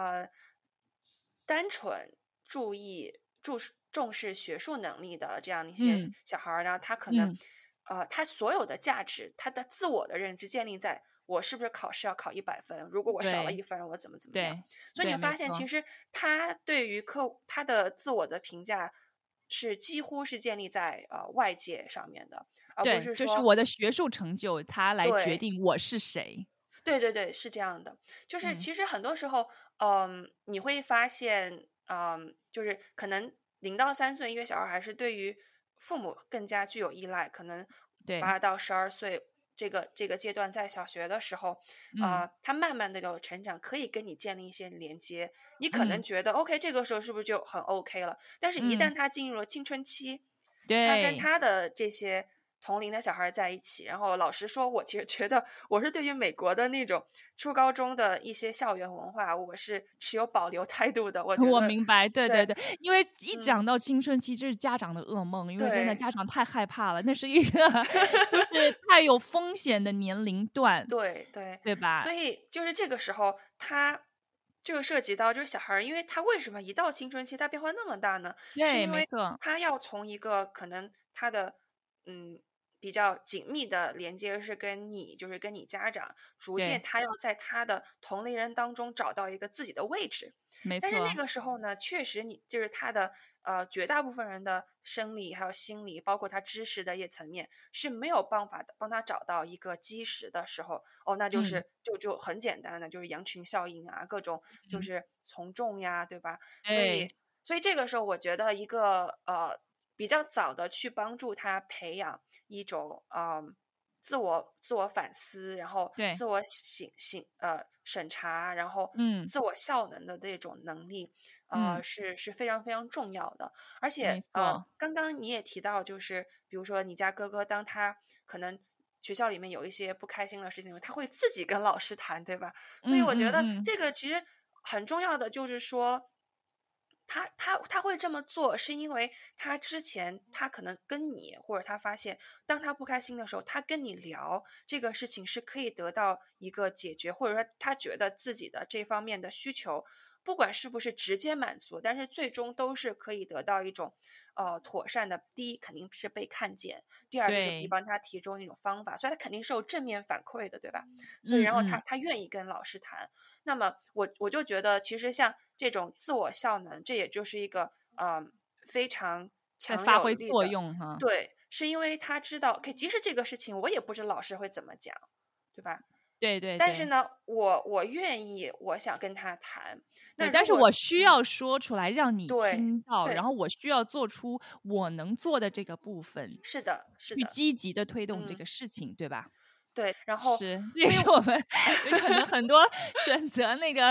单纯重视学术能力的这样一些小孩然后他可能他所有的价值，他的自我的认知建立在我是不是考试要考100分，如果我少了1分我怎么样。所以你发现其实他对于他的自我的评价是几乎是建立在外界上面的，而不是说就是我的学术成就他来决定我是谁。 对对对，是这样的。就是其实很多时候你会发现就是可能0到3岁因为小孩还是对于父母更加具有依赖，可能8到12岁这个阶段，在小学的时候他慢慢的有成长，可以跟你建立一些连接。你可能觉得OK 这个时候是不是就很 OK 了，但是一旦他进入了青春期，他跟他的这些同龄的小孩在一起，然后老实说我其实觉得我是对于美国的那种初高中的一些校园文化我是持有保留态度的。我明白，对，因为一讲到青春期这是家长的噩梦，因为真的家长太害怕了，那是一个就是太有风险的年龄段。 对吧？ 所以就是这个时候他就涉及到就是小孩，因为他为什么一到青春期他变化那么大呢？是因为他要从一个可能他的比较紧密的连接是跟你家长，逐渐他要在他的同龄人当中找到一个自己的位置。但是那个时候呢，确实就是他的绝大部分人的生理还有心理，包括他知识的一些层面是没有办法帮他找到一个基石的时候，那就是就很简单的就是羊群效应啊，各种就是从众呀，对吧？所以这个时候我觉得一个比较早的去帮助他培养一种自我反思，然后自我审查，然后自我效能的这种能力是非常非常重要的。而且刚刚你也提到，就是比如说你家哥哥，当他可能学校里面有一些不开心的事情，他会自己跟老师谈，对吧？所以我觉得这个其实很重要的就是说他会这么做，是因为他之前他可能跟你，或者他发现当他不开心的时候，他跟你聊这个事情是可以得到一个解决，或者说他觉得自己的这方面的需求不管是不是直接满足，但是最终都是可以得到一种妥善的。第一肯定是被看见，第二就是你帮他提供一种方法，所以他肯定是有正面反馈的，对吧？所以然后他愿意跟老师谈。那么我就觉得其实像这种自我效能，这也就是一个非常强有力的发挥作用哈。 对，是因为他知道即使这个事情我也不知道老师会怎么讲，对吧？ 对， 但是呢我愿意，我想跟他谈。那但是我需要说出来让你听到， 然后我需要做出我能做的这个部分， 是的去积极的推动这个事情，对吧？ 对，然后这也是我们可能很多选择那个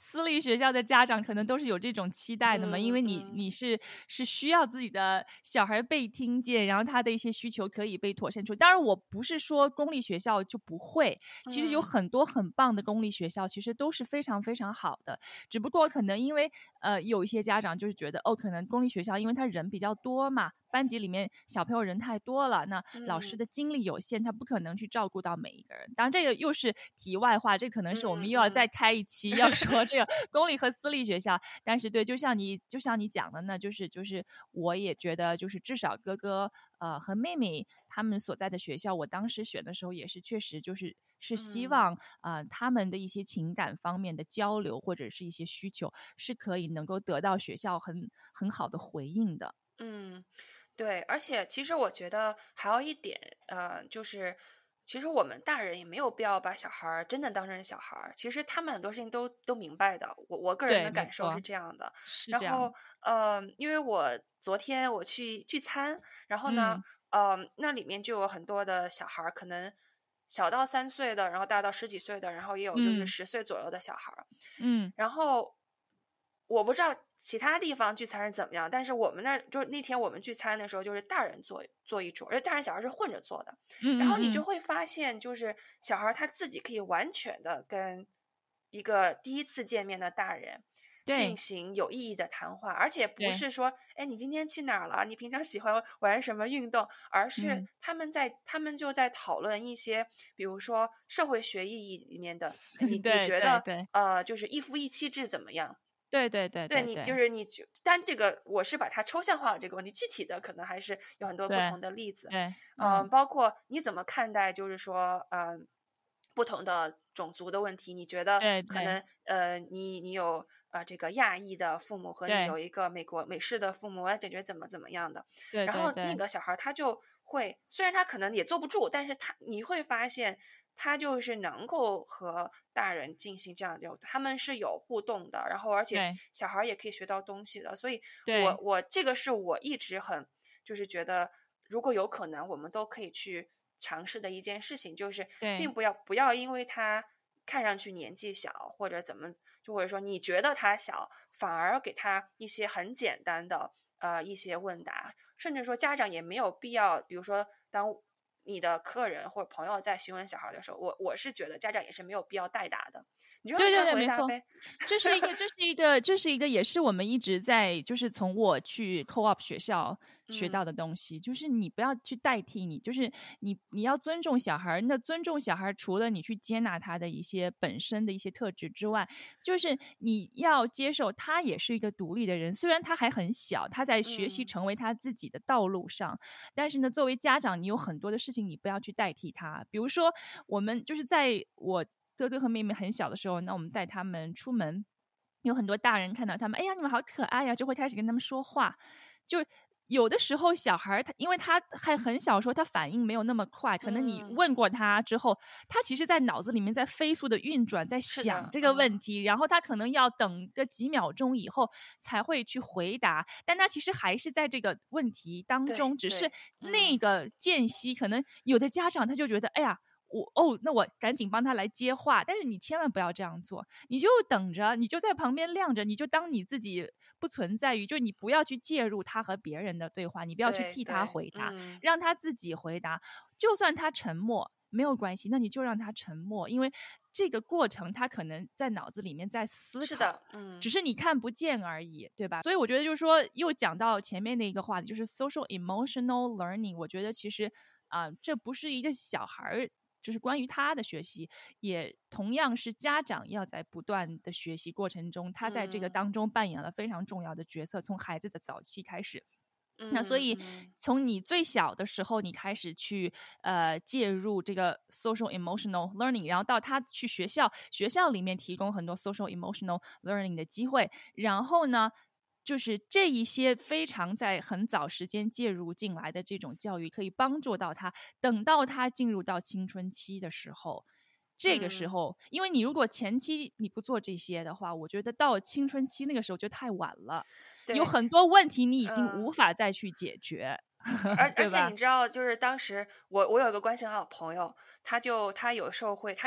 私立学校的家长可能都是有这种期待的嘛，因为你是需要自己的小孩被听见，然后他的一些需求可以被妥善处理。当然我不是说公立学校就不会，其实有很多很棒的公立学校其实都是非常非常好的，只不过可能因为有一些家长就是觉得可能公立学校因为他人比较多嘛，班级里面小朋友人太多了，那老师的精力有限，他不可能去照顾到每一个人。当然这个又是题外话，这可能是我们又要再开一期要说这个公立和私立学校。但是对，就像你讲的呢，就是我也觉得就是至少哥哥和妹妹他们所在的学校，我当时选的时候也是确实是希望他们的一些情感方面的交流或者是一些需求是可以能够得到学校很好的回应的。 对，而且其实我觉得还有一点，就是其实我们大人也没有必要把小孩儿真的当成小孩儿，其实他们很多事情都明白的。我个人的对，没错， 感受是这样的。 是这样。 然后因为我昨天我去聚餐，然后呢， 嗯那里面就有很多的小孩儿，可能小到3岁的，然后大到十几岁的，然后也有就是嗯 10岁左右的小孩儿。 嗯然后我不知道其他地方聚餐是怎么样，但是我们那儿就是那天我们聚餐的时候，就是大人坐一桌，而且大人小孩是混着坐的。然后你就嗯嗯嗯， 会发现，就是小孩他自己可以完全的跟一个第一次见面的大人进对行有意义的谈话，而且不对， 是说，哎，你今天去哪儿了？你平常喜欢玩什么运动？而是嗯， 他们就在讨论一些，比如说社会学意义里面的，你对觉得对对就是一夫一妻制怎么样？ 对对对对你就对对是但这个我是把它抽象化了这个问题，具体的可能还是有很多不对同的例子， 对， 包括你怎么看待，就是说，不同的种族的问题，你觉得对对可能你有这个亚裔的父母和你对有一个美式的父母，要解决怎么样的， 对然后那对对个小孩他就会，虽然他可能也坐不住，但是你会发现。他就是能够和大人进行这样的，他们是有互动的，然后而且对小孩也可以学到东西的，所以对我这个是我一直就是觉得，如果有可能，我们都可以去尝试的一件事情，就是对并不要因为他看上去年纪小或者怎么，就或者说你觉得他小，反而给他一些很简单的一些问答，甚至说家长也没有必要，比如说当你的客人或者朋友在询问小孩的时候，我是觉得家长也是没有必要代答的，你就让他对对对，没错。 回答呗。 这是一个，也是我们一直在，就是从我去 co-op 学校学到的东西，就是你不要去代替你，就是你要尊重小孩。那尊重小孩，除了你去接纳他的一些本身的一些特质之外，就是你要接受他也是一个独立的人，虽然他还很小，他在学习成为他自己的道路上，但是呢，作为家长，你有很多的事情你不要去代替他。比如说，我们就是在我哥哥和妹妹很小的时候，那我们带他们出门，有很多大人看到他们，哎呀，你们好可爱呀，就会开始跟他们说话。就有的时候小孩他因为他还很小的时候，他反应没有那么快，可能你问过他之后，他其实在脑子里面在飞速的运转，在是的， 想这个问题，然后他可能要等个几秒钟以后才会去回答，但他其实还是在这个问题当对中，只是对， 那个间隙，可能有的家长他就觉得，哎呀。那我赶紧帮他来接话，但是你千万不要这样做，你就等着，你就在旁边晾着，你就当你自己不存在于，就你不要去介入他和别人的对话，你不要去替他对对， 回答，让他自己回答，就算他沉默没有关系，那你就让他沉默，因为这个过程他可能在脑子里面在思考， 是的， 只是你看不见而已，对吧？所以我觉得就是说，又讲到前面的一个话题，就是 social emotional learning， 我觉得其实这不是一个小孩就是关于他的学习，也同样是家长要在不断的学习过程中，他在这个当中扮演了非常重要的角色，从孩子的早期开始。那所以从你最小的时候，你开始去介入这个 social emotional learning， 然后到他去学校里面提供很多 social emotional learning 的机会，然后呢，就是这一些非常在很早时间介入进来的这种教育，可以帮助到他，等到他进入到青春期的时候。这个时候，因为你如果前期你不做这些的话，我觉得到青春期那个时候就太晚了，有很多问题你已经无法再去解决， 而且对吧？ 你知道，就是当时我有一个关系很好的朋友，他有时候会，他有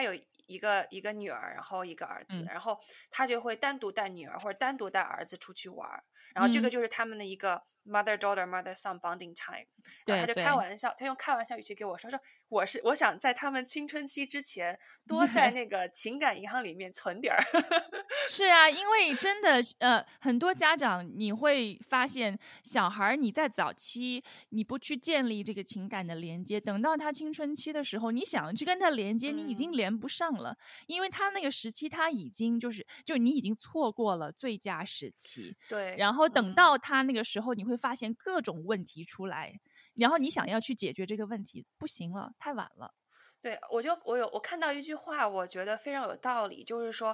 一个女儿，然后一个儿子，然后他就会单独带女儿或者单独带儿子出去玩，然后这个就是他们的一个 mother daughter mother son bonding time。然后他就开玩笑，他用开玩笑语气给我说我想在他们青春期之前多在那个情感银行里面存点儿。 是啊，因为真的很多家长你会发现小孩你在早期你不去建立这个情感的连接，等到他青春期的时候你想去跟他连接，你已经连不上了，因为他那个时期他已经就你已经错过了最佳时期。 对， 然后等到他那个时候你会发现各种问题出来，然后你想要去解决这个问题不行了，太晚了。 对，我看到一句话我觉得非常有道理，就是说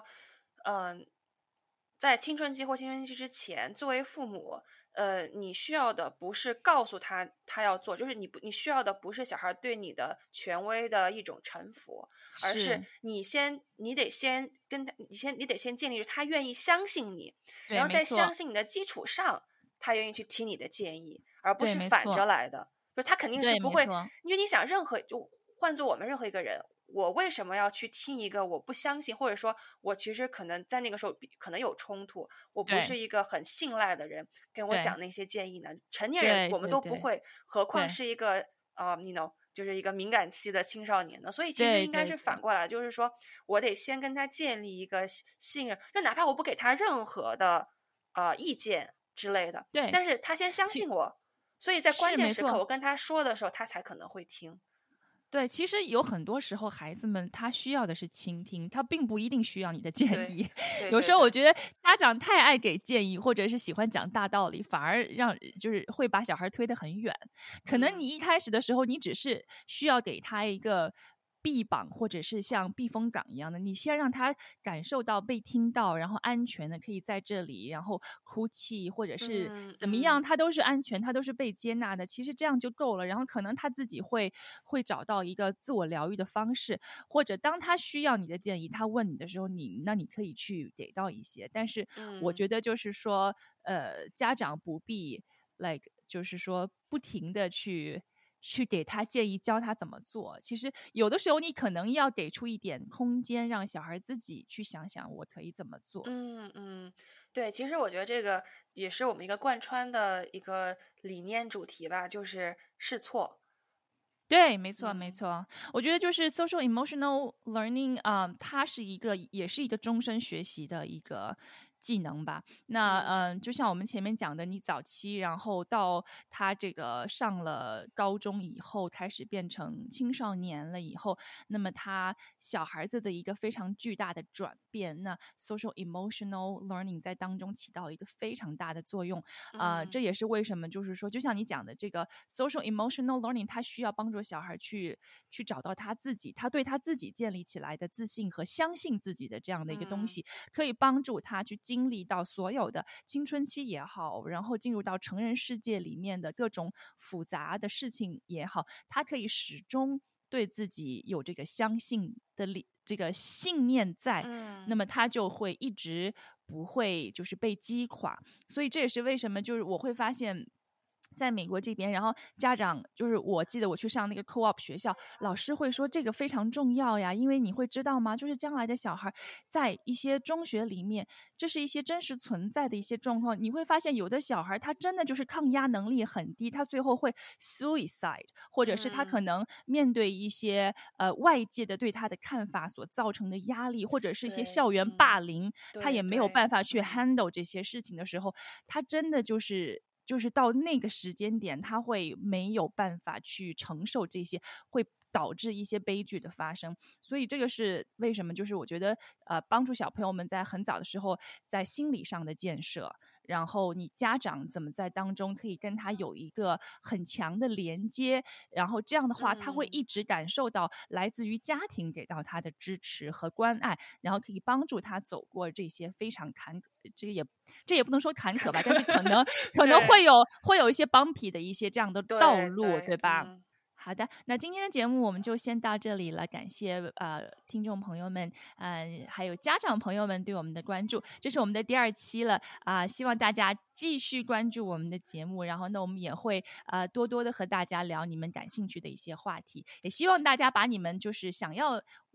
在青春期或青春期之前，作为父母，你需要的不是告诉他要做，就是你需要的不是小孩对你的权威的一种臣服，而是你得先跟他，你得先建立他愿意相信你，然后在相信你的基础上，他愿意去听你的建议，而不是反着来的。就是他肯定是不会，因为你想就换做我们任何一个人。我为什么要去听一个我不相信，或者说我其实可能在那个时候可能有冲突，我不是一个很信赖的人跟我讲那些建议呢？成年人我们都不会，何况是一个就是一个敏感期的青少年呢？所以其实应该是反过来，就是说我得先跟他建立一个信任，就哪怕我不给他任何的意见之类的， 对， 但是他先相信我，所以在关键时刻我跟他说的时候，他才可能会听。 对，其实有很多时候孩子们他需要的是倾听，他并不一定需要你的建议。有时候我觉得家长太爱给建议，或者是喜欢讲大道理，反而就是会把小孩推得很远。可能你一开始的时候，你只是需要给他一个臂膀，或者是像避风港一样的，你先让他感受到被听到，然后安全的可以在这里，然后哭泣或者是怎么样，他都是安全，他都是被接纳的，其实这样就够了。然后可能他自己会找到一个自我疗愈的方式，或者当他需要你的建议，他问你的时候，那你可以去给到一些。但是我觉得就是说家长不必就是说不停的去给他建议，教他怎么做。其实有的时候你可能要给出一点空间，让小孩自己去想想我可以怎么做。 对，其实我觉得这个也是我们一个贯穿的一个理念主题吧，就是试错。 对，没错没错。我觉得就是 social emotional learning 它也是一个终身学习的一个技能吧。那就像我们前面讲的，你早期然后到他这个上了高中以后，开始变成青少年了以后，那么他小孩子的一个非常巨大的转变，那 social emotional learning 在当中起到一个非常大的作用。这也是为什么就是说就像你讲的这个 social emotional learning 它需要帮助小孩去找到他对他自己建立起来的自信和相信自己的这样的一个东西，可以帮助他去经历到所有的青春期也好，然后进入到成人世界里面的各种复杂的事情也好，他可以始终对自己有这个相信的这个信念在，那么他就会一直不会就是被击垮。所以这也是为什么就是我会发现在美国这边，然后家长就是我记得我去上那个 co-op 学校，老师会说这个非常重要呀，因为你会知道吗？就是将来的小孩在一些中学里面，这是一些真实存在的一些状况。你会发现有的小孩他真的就是抗压能力很低，他最后会 suicide， 或者是他可能面对一些外界的对他的看法所造成的压力，或者是一些校园霸凌，他也没有办法去 handle 这些事情的时候，他真的就是到那个时间点，他会没有办法去承受这些，会导致一些悲剧的发生。所以这个是为什么就是我觉得帮助小朋友们在很早的时候在心理上的建设，然后你家长怎么在当中可以跟他有一个很强的连接，然后这样的话他会一直感受到来自于家庭给到他的支持和关爱，然后可以帮助他走过这些非常这也不能说坎坷吧，但是可能会有一些 bumpy 的一些这样的道路，对吧？好的，那今天的节目我们就先到这里了，感谢听众朋友们还有家长朋友们对我们的关注，这是我们的第2期了希望大家继续关注我们的节目，然后呢我们也会多多的和大家聊你们感兴趣的一些话题，也希望大家把你们就是想要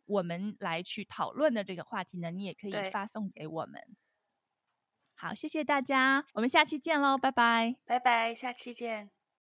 我们来去讨论的这个话题呢，你也可以对发送给我们。好，谢谢大家，我们下期见喽，拜拜。 拜拜，下期见。